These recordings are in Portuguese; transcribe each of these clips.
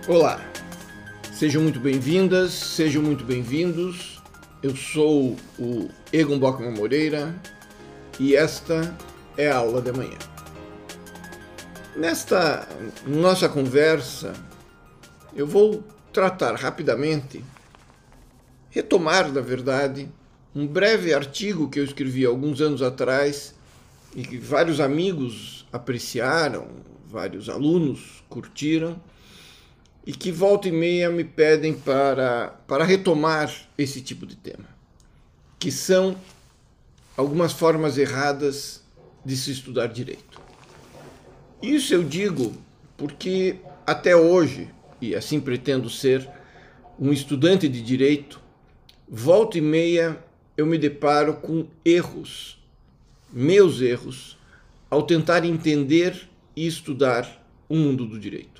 Olá, sejam muito bem-vindas, sejam muito bem-vindos. Eu sou o Egon Bockmann Moreira e esta é a aula da manhã. Nesta nossa conversa, eu vou tratar rapidamente, retomar, na verdade, um breve artigo que eu escrevi alguns anos atrás e que vários amigos apreciaram, vários alunos curtiram, e que volta e meia me pedem para retomar esse tipo de tema, que são algumas formas erradas de se estudar direito. Isso eu digo porque até hoje, e assim pretendo ser, um estudante de direito, volta e meia eu me deparo com erros, meus erros, ao tentar entender e estudar o mundo do direito.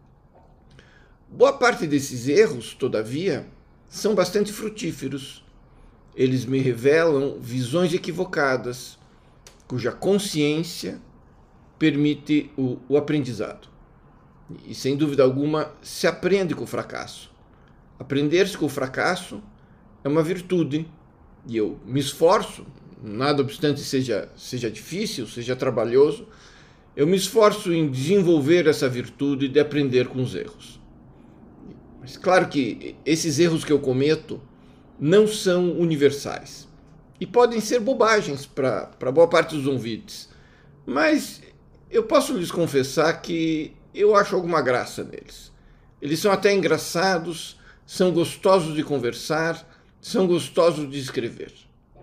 Boa parte desses erros, todavia, são bastante frutíferos. Eles me revelam visões equivocadas, cuja consciência permite o aprendizado. E, sem dúvida alguma, se aprende com o fracasso. Aprender-se com o fracasso é uma virtude, e eu me esforço, nada obstante seja difícil, seja trabalhoso, eu me esforço em desenvolver essa virtude de aprender com os erros. Mas claro que esses erros que eu cometo não são universais e podem ser bobagens para boa parte dos ouvintes, mas eu posso lhes confessar que eu acho alguma graça neles. Eles são até engraçados, são gostosos de conversar, são gostosos de escrever.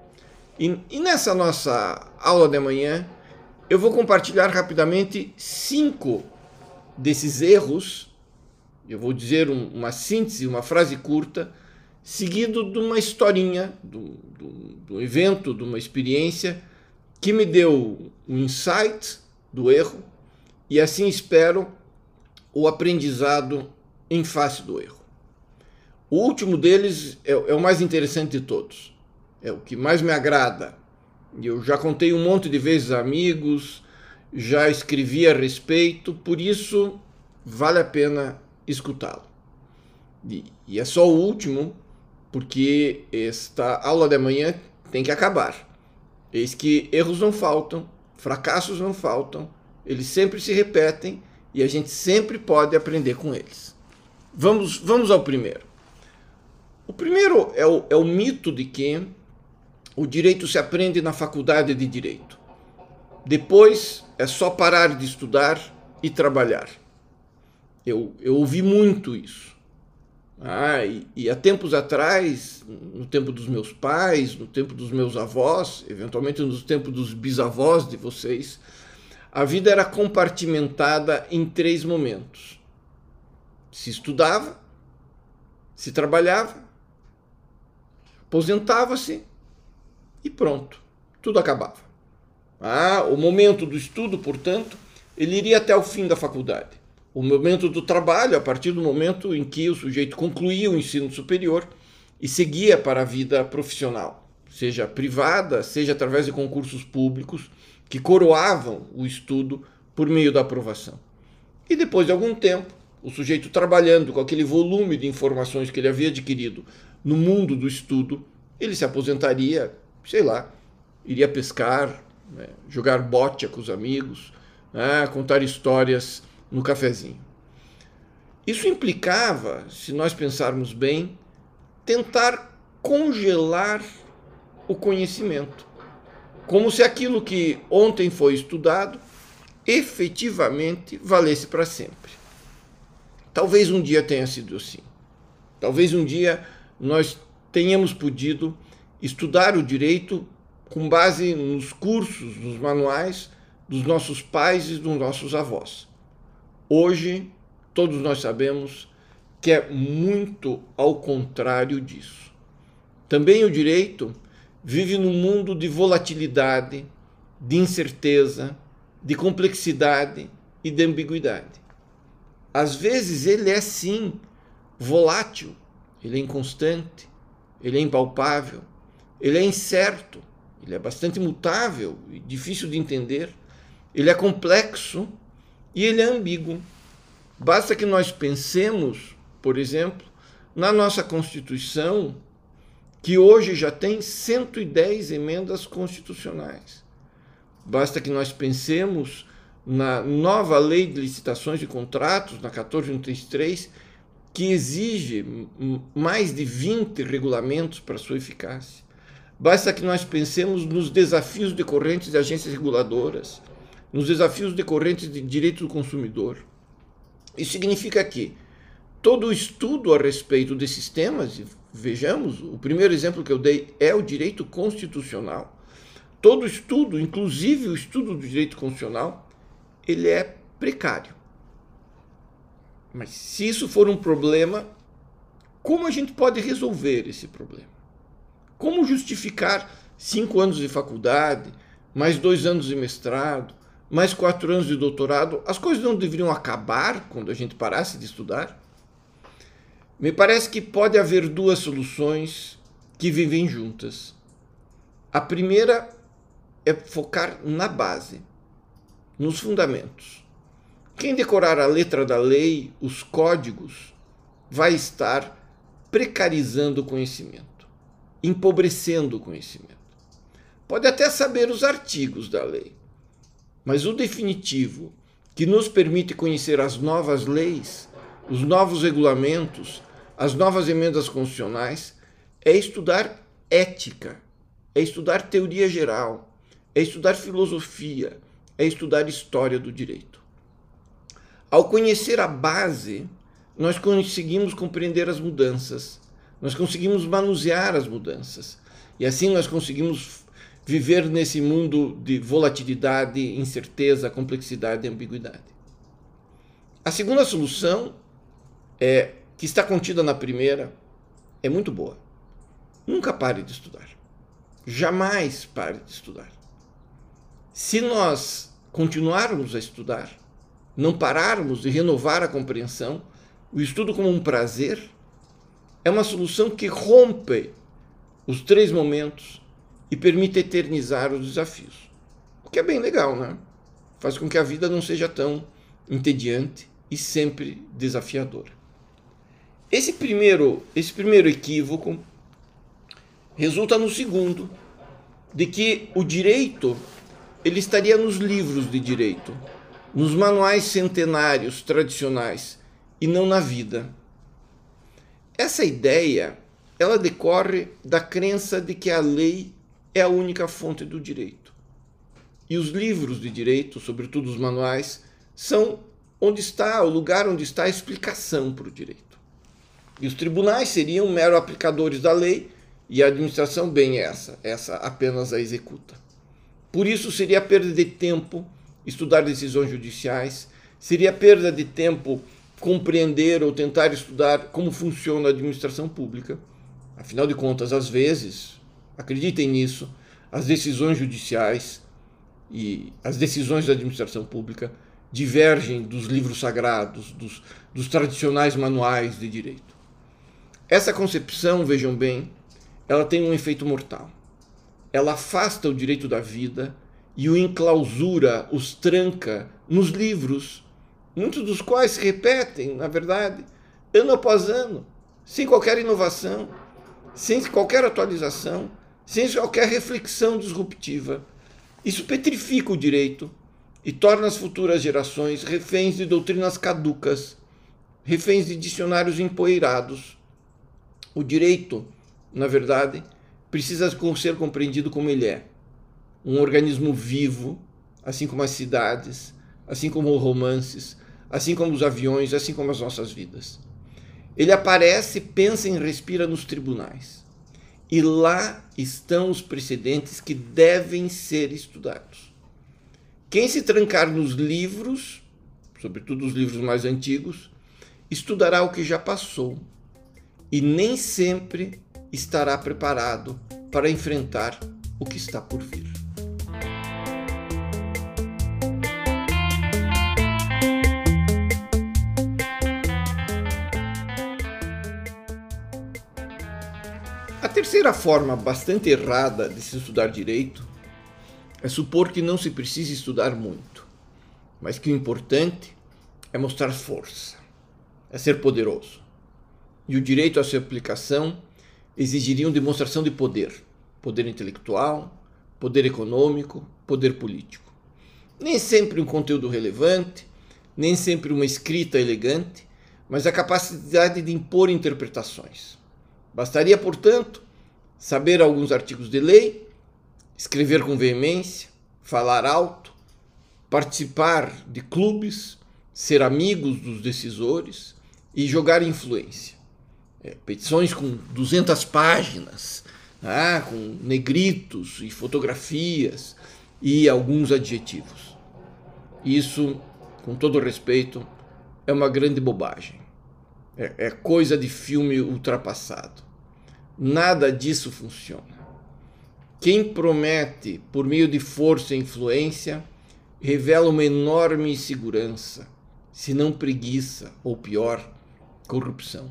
E nessa nossa aula de manhã, eu vou compartilhar rapidamente 5 desses erros. Eu vou dizer uma síntese, uma frase curta, seguido de uma historinha, do evento, de uma experiência que me deu um insight do erro e assim espero o aprendizado em face do erro. O último deles é o mais interessante de todos, é o que mais me agrada. Eu já contei um monte de vezes a amigos, já escrevi a respeito, por isso vale a pena escutá-lo. E é só o último, porque esta aula de manhã tem que acabar. Eis que erros não faltam, fracassos não faltam, eles sempre se repetem e a gente sempre pode aprender com eles. Vamos ao primeiro. O primeiro é o mito de que o direito se aprende na faculdade de direito. Depois é só parar de estudar e trabalhar. Eu ouvi muito isso. E há tempos atrás, no tempo dos meus pais, no tempo dos meus avós, eventualmente no tempo dos bisavós de vocês, a vida era compartimentada em 3 momentos. Se estudava, se trabalhava, aposentava-se e pronto, tudo acabava. O momento do estudo, portanto, ele iria até o fim da faculdade. O momento do trabalho, a partir do momento em que o sujeito concluía o ensino superior e seguia para a vida profissional, seja privada, seja através de concursos públicos que coroavam o estudo por meio da aprovação. E depois de algum tempo, o sujeito trabalhando com aquele volume de informações que ele havia adquirido no mundo do estudo, ele se aposentaria, iria pescar, jogar bocha com os amigos, contar histórias no cafezinho. Isso implicava, se nós pensarmos bem, tentar congelar o conhecimento, como se aquilo que ontem foi estudado efetivamente valesse para sempre. Talvez um dia tenha sido assim. Talvez um dia nós tenhamos podido estudar o direito com base nos cursos, nos manuais dos nossos pais e dos nossos avós. Hoje, todos nós sabemos que é muito ao contrário disso. Também o direito vive num mundo de volatilidade, de incerteza, de complexidade e de ambiguidade. Às vezes ele é sim volátil, ele é inconstante, ele é impalpável, ele é incerto, ele é bastante mutável e difícil de entender, ele é complexo e ele é ambíguo. Basta que nós pensemos, por exemplo, na nossa Constituição, que hoje já tem 110 emendas constitucionais. Basta que nós pensemos na nova Lei de Licitações e Contratos, na 14133, que exige mais de 20 regulamentos para sua eficácia. Basta que nós pensemos nos desafios decorrentes de agências reguladoras, nos desafios decorrentes de direito do consumidor. Isso significa que todo o estudo a respeito desses temas, vejamos, o primeiro exemplo que eu dei é o direito constitucional. Todo estudo, inclusive o estudo do direito constitucional, ele é precário. Mas se isso for um problema, como a gente pode resolver esse problema? Como justificar 5 anos de faculdade, mais 2 anos de mestrado, mais 4 anos de doutorado? As coisas não deveriam acabar quando a gente parasse de estudar? Me parece que pode haver 2 soluções que vivem juntas. A primeira é focar na base, nos fundamentos. Quem decorar a letra da lei, os códigos, vai estar precarizando o conhecimento, empobrecendo o conhecimento. Pode até saber os artigos da lei, mas o definitivo, que nos permite conhecer as novas leis, os novos regulamentos, as novas emendas constitucionais, é estudar ética, é estudar teoria geral, é estudar filosofia, é estudar história do direito. Ao conhecer a base, nós conseguimos compreender as mudanças, nós conseguimos manusear as mudanças, e assim nós conseguimos viver nesse mundo de volatilidade, incerteza, complexidade e ambiguidade. A segunda solução, que está contida na primeira, é muito boa. Nunca pare de estudar. Jamais pare de estudar. Se nós continuarmos a estudar, não pararmos de renovar a compreensão, o estudo como um prazer, é uma solução que rompe os 3 momentos e permite eternizar os desafios. O que é bem legal, né? Faz com que a vida não seja tão entediante e sempre desafiadora. Esse primeiro equívoco resulta no segundo, de que o direito ele estaria nos livros de direito, nos manuais centenários tradicionais e não na vida. Essa ideia, ela decorre da crença de que a lei é a única fonte do direito. E os livros de direito, sobretudo os manuais, são onde está, o lugar onde está a explicação para o direito. E os tribunais seriam mero aplicadores da lei e a administração bem essa apenas a executa. Por isso seria perda de tempo estudar decisões judiciais, seria perda de tempo compreender ou tentar estudar como funciona a administração pública. Afinal de contas, às vezes, acreditem nisso, as decisões judiciais e as decisões da administração pública divergem dos livros sagrados, dos tradicionais manuais de direito. Essa concepção, vejam bem, ela tem um efeito mortal. Ela afasta o direito da vida e o enclausura, os tranca nos livros, muitos dos quais se repetem, na verdade, ano após ano, sem qualquer inovação, sem qualquer atualização, sem qualquer reflexão disruptiva. Isso petrifica o direito e torna as futuras gerações reféns de doutrinas caducas, reféns de dicionários empoeirados. O direito, na verdade, precisa ser compreendido como ele é. Um organismo vivo, assim como as cidades, assim como os romances, assim como os aviões, assim como as nossas vidas. Ele aparece, pensa e respira nos tribunais. E lá estão os precedentes que devem ser estudados. Quem se trancar nos livros, sobretudo os livros mais antigos, estudará o que já passou e nem sempre estará preparado para enfrentar o que está por vir. A terceira forma bastante errada de se estudar direito é supor que não se precisa estudar muito, mas que o importante é mostrar força, é ser poderoso. E o direito à sua aplicação exigiria uma demonstração de poder. Poder intelectual, poder econômico, poder político. Nem sempre um conteúdo relevante, nem sempre uma escrita elegante, mas a capacidade de impor interpretações. Bastaria, portanto, saber alguns artigos de lei, escrever com veemência, falar alto, participar de clubes, ser amigos dos decisores e jogar influência. Petições com 200 páginas, com negritos e fotografias e alguns adjetivos. Isso, com todo respeito, é uma grande bobagem. É coisa de filme ultrapassado. Nada disso funciona. Quem promete por meio de força e influência revela uma enorme insegurança, se não preguiça, ou pior, corrupção.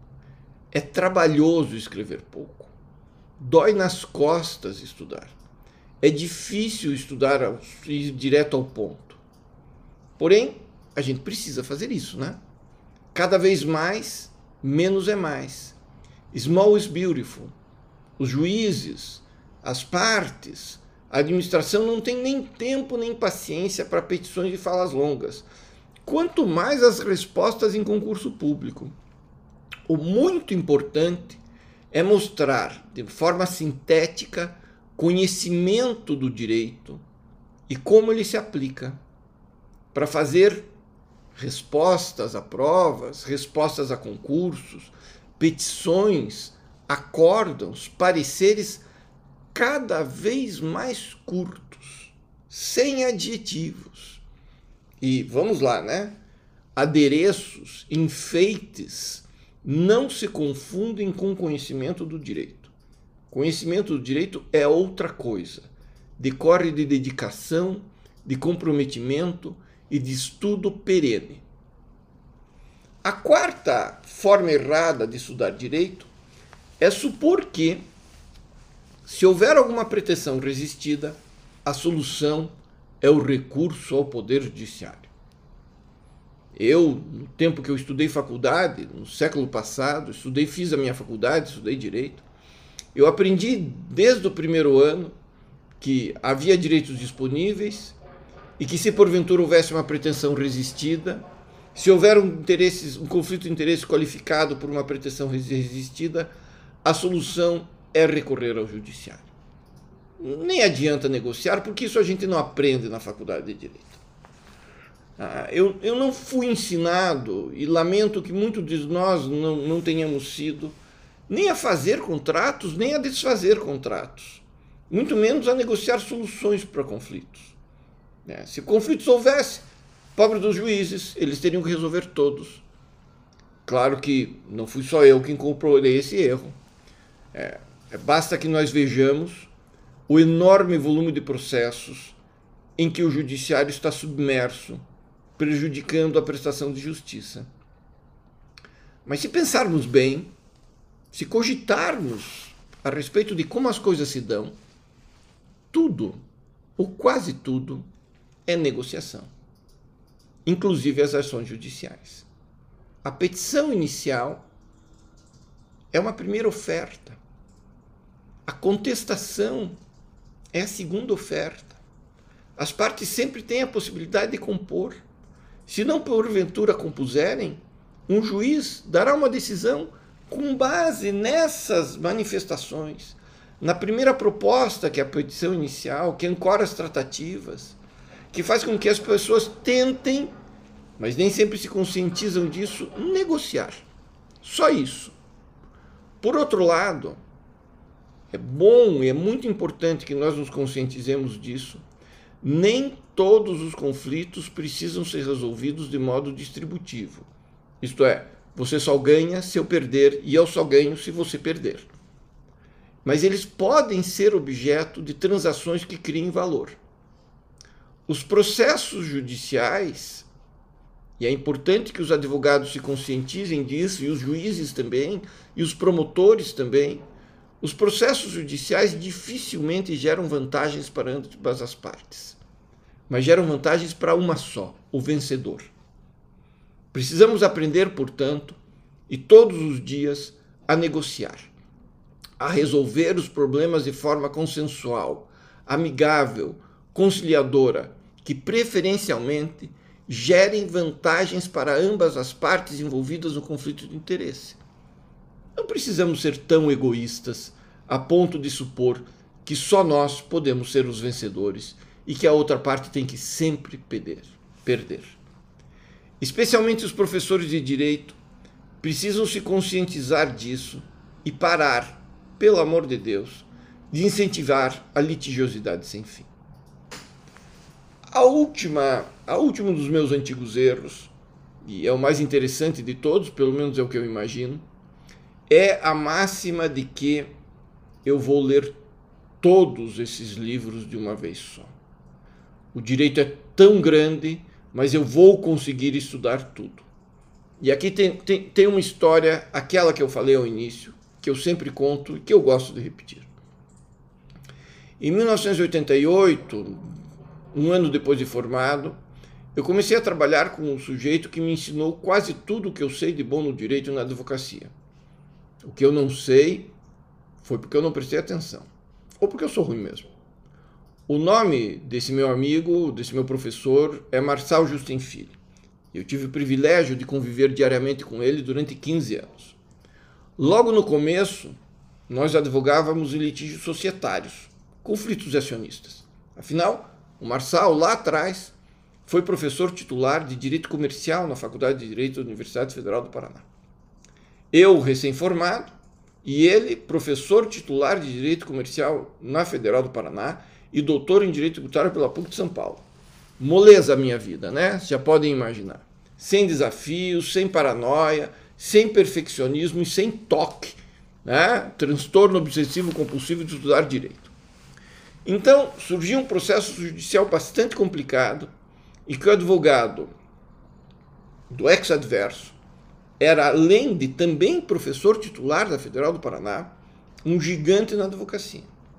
É trabalhoso escrever pouco. Dói nas costas estudar. É difícil estudar e ir direto ao ponto. Porém, a gente precisa fazer isso, né? Cada vez mais, menos é mais. Small is beautiful. Os juízes, as partes, a administração não tem nem tempo nem paciência para petições e falas longas. Quanto mais as respostas em concurso público. O muito importante é mostrar de forma sintética conhecimento do direito e como ele se aplica para fazer respostas a provas, respostas a concursos, petições, acórdãos, pareceres cada vez mais curtos, sem adjetivos. E vamos lá, né? Adereços, enfeites, não se confundem com conhecimento do direito. Conhecimento do direito é outra coisa. Decorre de dedicação, de comprometimento e de estudo perene. A quarta forma errada de estudar direito é supor que, se houver alguma pretensão resistida, a solução é o recurso ao Poder Judiciário. Eu, no tempo que eu estudei faculdade, no século passado, fiz a minha faculdade, estudei direito, eu aprendi desde o primeiro ano que havia direitos disponíveis e que, se porventura houvesse uma pretensão resistida, se houver um conflito de interesse qualificado por uma pretensão resistida, a solução é recorrer ao judiciário. Nem adianta negociar, porque isso a gente não aprende na faculdade de direito. Eu não fui ensinado, e lamento que muitos de nós não tenhamos sido, nem a fazer contratos, nem a desfazer contratos, muito menos a negociar soluções para conflitos. Se conflitos houvesse, pobre dos juízes, eles teriam que resolver todos. Claro que não fui só eu quem comprei esse erro. Basta que nós vejamos o enorme volume de processos em que o judiciário está submerso, prejudicando a prestação de justiça. Mas se pensarmos bem, se cogitarmos a respeito de como as coisas se dão, tudo, ou quase tudo, é negociação, inclusive as ações judiciais. A petição inicial é uma primeira oferta. A contestação é a segunda oferta. As partes sempre têm a possibilidade de compor. Se não porventura compuserem, um juiz dará uma decisão com base nessas manifestações, na primeira proposta, que é a petição inicial, que ancora as tratativas, que faz com que as pessoas tentem, mas nem sempre se conscientizam disso, negociar. Só isso. Por outro lado, é bom e é muito importante que nós nos conscientizemos disso. Nem todos os conflitos precisam ser resolvidos de modo distributivo. Isto é, você só ganha se eu perder e eu só ganho se você perder. Mas eles podem ser objeto de transações que criem valor. Os processos judiciais, e é importante que os advogados se conscientizem disso, e os juízes também, e os promotores também, os processos judiciais dificilmente geram vantagens para ambas as partes, mas geram vantagens para uma só, o vencedor. Precisamos aprender, portanto, e todos os dias a negociar, a resolver os problemas de forma consensual, amigável, conciliadora, que preferencialmente gerem vantagens para ambas as partes envolvidas no conflito de interesse. Não precisamos ser tão egoístas a ponto de supor que só nós podemos ser os vencedores e que a outra parte tem que sempre perder. Especialmente os professores de direito precisam se conscientizar disso e parar, pelo amor de Deus, de incentivar a litigiosidade sem fim. A último dos meus antigos erros, e é o mais interessante de todos, pelo menos é o que eu imagino, é a máxima de que eu vou ler todos esses livros de uma vez só. O direito é tão grande, mas eu vou conseguir estudar tudo. E aqui tem uma história, aquela que eu falei ao início, que eu sempre conto e que eu gosto de repetir. Em 1988, um ano depois de formado, eu comecei a trabalhar com um sujeito que me ensinou quase tudo o que eu sei de bom no direito e na advocacia. O que eu não sei foi porque eu não prestei atenção, ou porque eu sou ruim mesmo. O nome desse meu amigo, desse meu professor, é Marçal Justin Filho. Eu tive o privilégio de conviver diariamente com ele durante 15 anos. Logo no começo, nós advogávamos em litígios societários, conflitos acionistas. Afinal, o Marçal, lá atrás, foi professor titular de Direito Comercial na Faculdade de Direito da Universidade Federal do Paraná. Eu, recém-formado, e ele, professor titular de Direito Comercial na Federal do Paraná e doutor em Direito Tributário pela PUC de São Paulo. Moleza a minha vida, né? Já podem imaginar. Sem desafios, sem paranoia, sem perfeccionismo e sem toque, né? Transtorno obsessivo compulsivo de estudar direito. Então, surgiu um processo judicial bastante complicado e que o advogado do ex-adverso era, além de também professor titular da Federal do Paraná, um gigante na advocacia.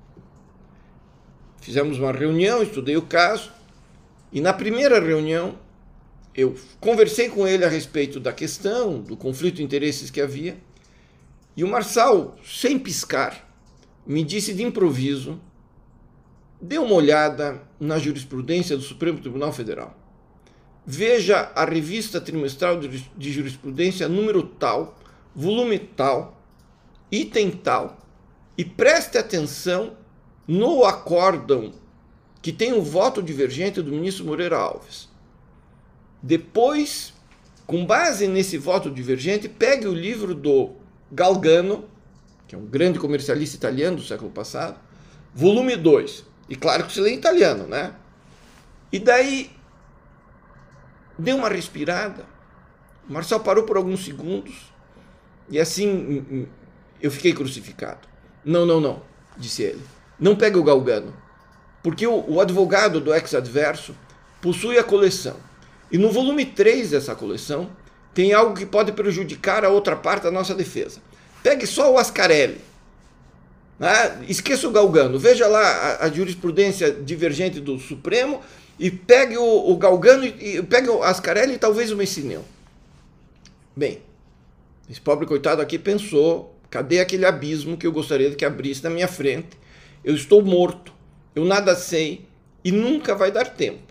Fizemos uma reunião, estudei o caso, e na primeira reunião eu conversei com ele a respeito da questão, do conflito de interesses que havia, e o Marçal, sem piscar, me disse de improviso: dê uma olhada na jurisprudência do Supremo Tribunal Federal. Veja a revista trimestral de jurisprudência número tal, volume tal, item tal, e preste atenção no acórdão que tem o voto divergente do ministro Moreira Alves. Depois, com base nesse voto divergente, pegue o livro do Galgano, que é um grande comercialista italiano do século passado, volume 2. E claro que você lê em italiano, né? E daí, deu uma respirada, o Marçal parou por alguns segundos, e assim eu fiquei crucificado. Não, disse ele. Não pegue o Galgano, porque o advogado do ex-adverso possui a coleção. E no volume 3 dessa coleção tem algo que pode prejudicar a outra parte da nossa defesa. Pegue só o Ascarelli. Esqueça o Galgano. Veja lá a jurisprudência divergente do Supremo e pegue o Galgano e pegue o Ascarelli e talvez o Messineu. Bem, esse pobre coitado aqui pensou: cadê aquele abismo que eu gostaria de que abrisse na minha frente? Eu estou morto, eu nada sei e nunca vai dar tempo.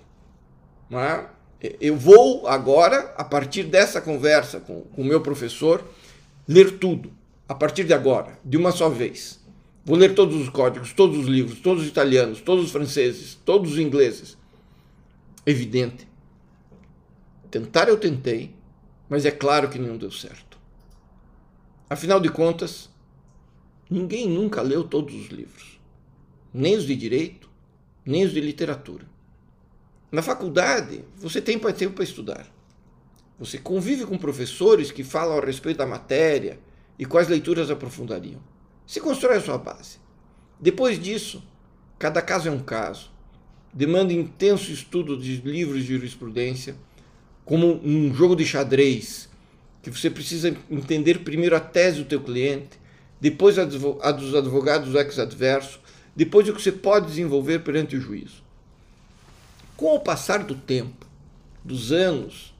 Eu vou agora, a partir dessa conversa com o meu professor, ler tudo, a partir de agora, de uma só vez. Vou ler todos os códigos, todos os livros, todos os italianos, todos os franceses, todos os ingleses. Evidente. Tentar eu tentei, mas é claro que não deu certo. Afinal de contas, ninguém nunca leu todos os livros. Nem os de direito, nem os de literatura. Na faculdade, você tem tempo para estudar. Você convive com professores que falam a respeito da matéria e quais leituras aprofundariam. Se constrói a sua base. Depois disso, cada caso é um caso. Demanda intenso estudo de livros de jurisprudência, como um jogo de xadrez, que você precisa entender primeiro a tese do teu cliente, depois a dos advogados do ex-adverso, depois o que você pode desenvolver perante o juízo. Com o passar do tempo, dos anos,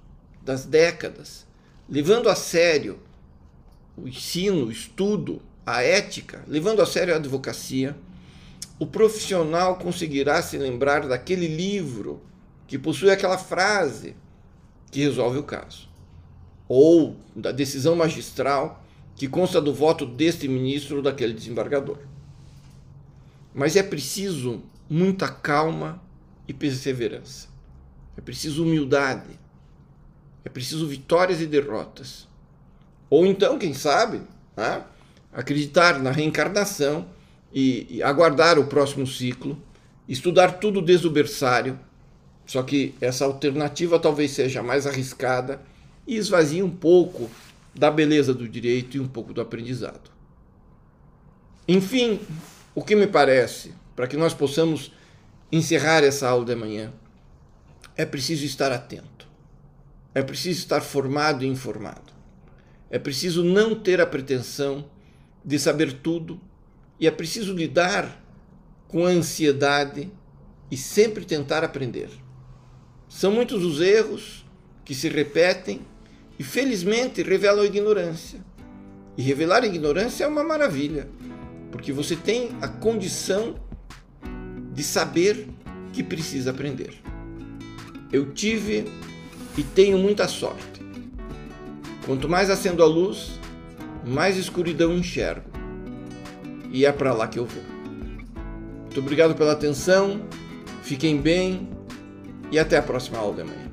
das décadas, levando a sério o ensino, o estudo, a ética, levando a sério a advocacia, o profissional conseguirá se lembrar daquele livro que possui aquela frase que resolve o caso, ou da decisão magistral que consta do voto deste ministro ou daquele desembargador. Mas é preciso muita calma e perseverança. É preciso humildade. É preciso vitórias e derrotas. Ou então, quem sabe, né, acreditar na reencarnação e aguardar o próximo ciclo, estudar tudo desde o berçário, só que essa alternativa talvez seja mais arriscada e esvazie um pouco da beleza do direito e um pouco do aprendizado. Enfim, o que me parece, para que nós possamos encerrar essa aula de manhã, é preciso estar atento. É preciso estar formado e informado. É preciso não ter a pretensão de saber tudo e é preciso lidar com a ansiedade e sempre tentar aprender. São muitos os erros que se repetem e, felizmente, revelam a ignorância. E revelar a ignorância é uma maravilha, porque você tem a condição de saber que precisa aprender. Eu tive e tenho muita sorte. Quanto mais acendo a luz, mais escuridão enxergo. E é para lá que eu vou. Muito obrigado pela atenção, fiquem bem e até a próxima aula de amanhã.